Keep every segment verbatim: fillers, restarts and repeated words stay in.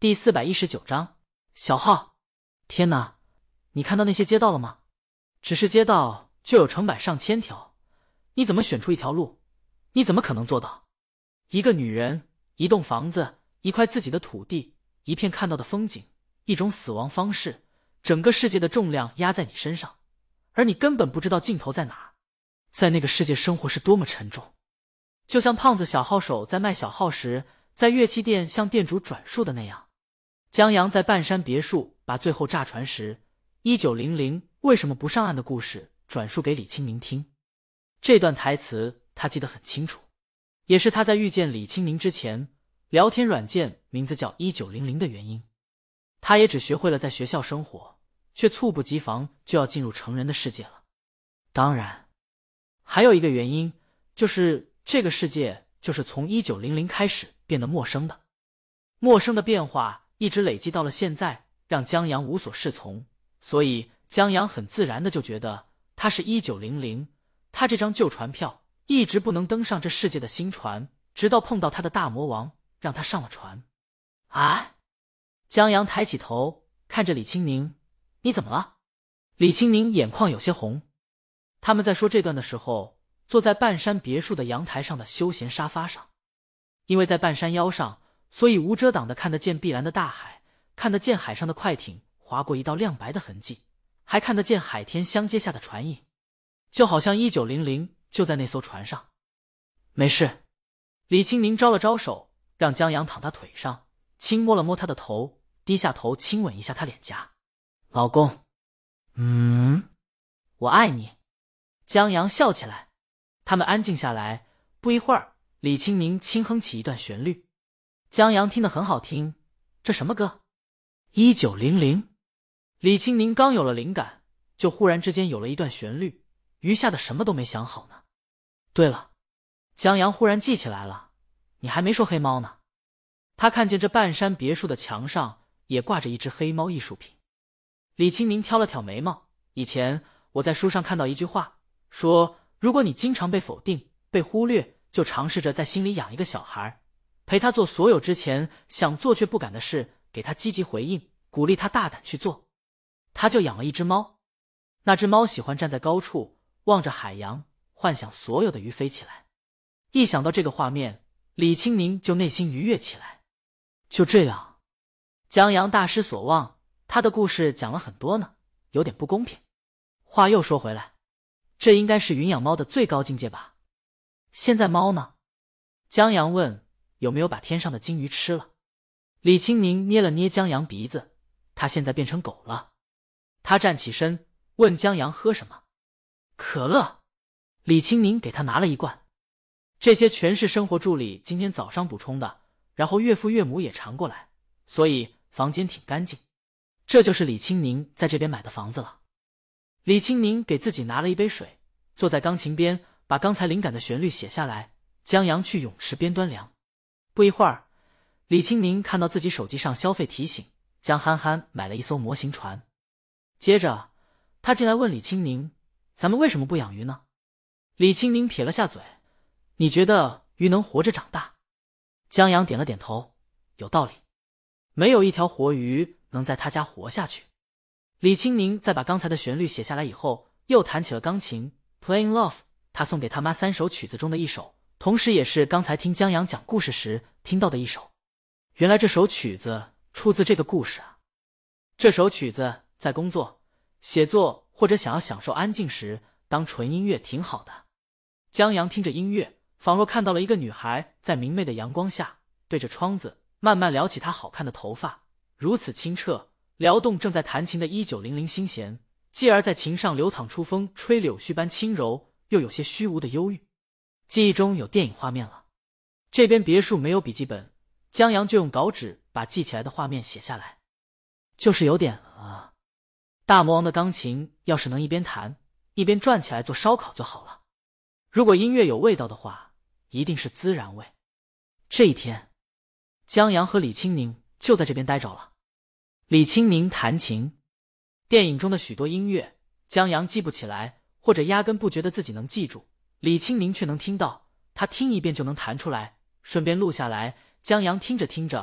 第四百一十九章，小号。天哪，你看到那些街道了吗？只是街道就有成百上千条，你怎么选出一条路？你怎么可能做到？一个女人，一栋房子，一块自己的土地，一片看到的风景，一种死亡方式，整个世界的重量压在你身上，而你根本不知道尽头在哪儿。在那个世界生活是多么沉重。就像胖子小号手在卖小号时，在乐器店向店主转述的那样。江阳在半山别墅把最后炸船时一九零零为什么不上岸的故事转述给李清明听。这段台词他记得很清楚，也是他在遇见李清明之前聊天软件名字叫一九零零的原因。他也只学会了在学校生活，却猝不及防就要进入成人的世界了。当然还有一个原因，就是这个世界就是从一九零零开始变得陌生的。陌生的变化一直累积到了现在，让江阳无所适从，所以江阳很自然的就觉得他是一九零零，他这张旧船票一直不能登上这世界的新船，直到碰到他的大魔王，让他上了船。啊！江阳抬起头看着李清宁，你怎么了？李清宁眼眶有些红。他们在说这段的时候，坐在半山别墅的阳台上的休闲沙发上。因为在半山腰上，所以无遮挡的看得见碧蓝的大海，看得见海上的快艇划过一道亮白的痕迹，还看得见海天相接下的船影，就好像一九零零就在那艘船上。没事。李清宁招了招手，让江阳躺他腿上，轻摸了摸他的头，低下头亲吻一下他脸颊。老公。嗯，我爱你。江阳笑起来。他们安静下来，不一会儿，李清宁轻哼起一段旋律。江阳听得很好听，这什么歌？一九零零。李清宁刚有了灵感，就忽然之间有了一段旋律，余下的什么都没想好呢。对了，江阳忽然记起来了，你还没说黑猫呢。他看见这半山别墅的墙上也挂着一只黑猫艺术品。李清宁挑了挑眉毛，以前我在书上看到一句话，说如果你经常被否定、被忽略，就尝试着在心里养一个小孩，陪他做所有之前想做却不敢的事，给他积极回应，鼓励他大胆去做。他就养了一只猫。那只猫喜欢站在高处，望着海洋，幻想所有的鱼飞起来。一想到这个画面，李清宁就内心愉悦起来。就这样，江阳大失所望，他的故事讲了很多呢，有点不公平。话又说回来，这应该是云养猫的最高境界吧？现在猫呢？江阳问，有没有把天上的金鱼吃了？李清宁捏了捏江阳鼻子，他现在变成狗了。他站起身，问江阳喝什么？可乐。李清宁给他拿了一罐。这些全是生活助理今天早上补充的，然后岳父岳母也常过来，所以房间挺干净。这就是李清宁在这边买的房子了。李清宁给自己拿了一杯水，坐在钢琴边，把刚才灵感的旋律写下来。江阳去泳池边端凉。不一会儿，李清宁看到自己手机上消费提醒，江憨憨买了一艘模型船。接着他进来问李清宁，咱们为什么不养鱼呢？李清宁撇了下嘴，你觉得鱼能活着长大？江阳点了点头，有道理。没有一条活鱼能在他家活下去。李清宁在把刚才的旋律写下来以后，又弹起了钢琴 Playing Love， 他送给他妈三首曲子中的一首，同时也是刚才听江阳讲故事时听到的一首。原来这首曲子出自这个故事啊。这首曲子在工作、写作或者想要享受安静时当纯音乐挺好的。江阳听着音乐，仿若看到了一个女孩在明媚的阳光下，对着窗子慢慢撩起她好看的头发，如此清澈，撩动正在弹琴的一九零零心弦，继而在琴上流淌出风吹柳絮般轻柔，又有些虚无的忧郁。记忆中有电影画面了。这边别墅没有笔记本，江阳就用稿纸把记起来的画面写下来。就是有点啊，大魔王的钢琴要是能一边弹一边转起来做烧烤就好了。如果音乐有味道的话，一定是孜然味。这一天，江阳和李清宁就在这边待着了。李清宁弹琴，电影中的许多音乐，江阳记不起来，或者压根不觉得自己能记住，李清宁却能听到，他听一遍就能弹出来，顺便录下来。江阳听着听着，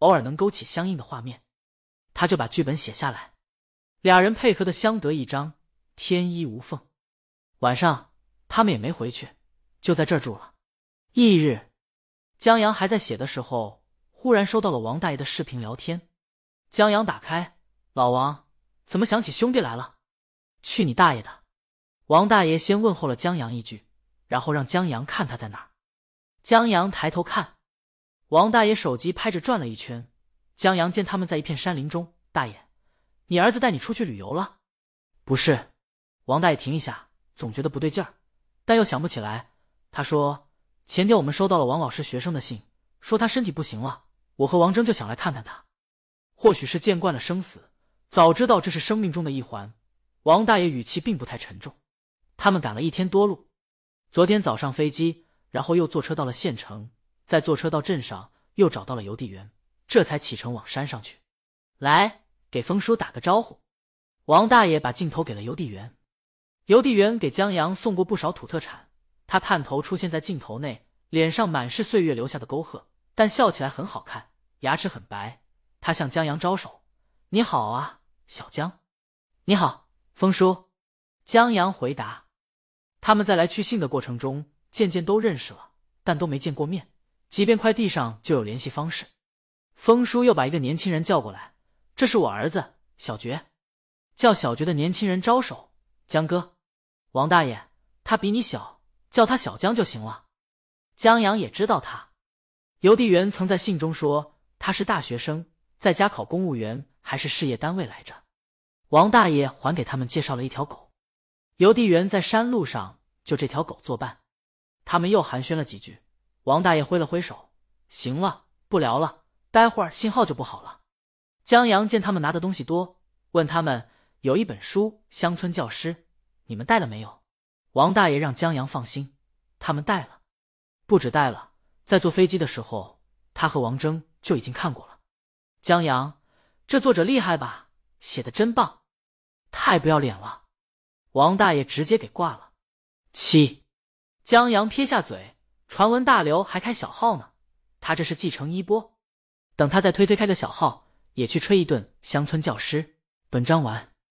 偶尔能勾起相应的画面。他就把剧本写下来，俩人配合的相得益彰，天衣无缝。晚上他们也没回去，就在这儿住了。翌日，江阳还在写的时候，忽然收到了王大爷的视频聊天。江阳打开，老王，怎么想起兄弟来了？去你大爷的！王大爷先问候了江阳一句，然后让江阳看他在哪儿。江阳抬头看，王大爷手机拍着转了一圈。江阳见他们在一片山林中，大爷，你儿子带你出去旅游了？不是。王大爷停一下，总觉得不对劲儿，但又想不起来。他说，前天我们收到了王老师学生的信，说他身体不行了，我和王峥就想来看看他。或许是见惯了生死，早知道这是生命中的一环，王大爷语气并不太沉重。他们赶了一天多路，昨天早上飞机，然后又坐车到了县城，再坐车到镇上，又找到了邮递员，这才启程往山上去。来，给风叔打个招呼。王大爷把镜头给了邮递员。邮递员给江阳送过不少土特产，他探头出现在镜头内，脸上满是岁月留下的沟壑，但笑起来很好看，牙齿很白。他向江阳招手，你好啊，小江。你好，风叔。江阳回答。他们在来去信的过程中渐渐都认识了，但都没见过面，即便快递上就有联系方式。风叔又把一个年轻人叫过来，这是我儿子小觉。叫小觉的年轻人招手，江哥。王大爷，他比你小，叫他小江就行了。江阳也知道他，邮递员曾在信中说他是大学生，在家考公务员还是事业单位来着。王大爷还给他们介绍了一条狗，邮递员在山路上就这条狗作伴。他们又寒暄了几句，王大爷挥了挥手，行了，不聊了，待会儿信号就不好了。江阳见他们拿的东西多，问他们有一本书《乡村教师》，你们带了没有？王大爷让江阳放心，他们带了。不止带了，在坐飞机的时候，他和王峥就已经看过了。江阳，这作者厉害吧？写得真棒。太不要脸了。王大爷直接给挂了。七。江阳撇下嘴，传闻大刘还开小号呢，他这是继承衣钵。等他再推推开个小号，也去吹一顿乡村教师。本章完。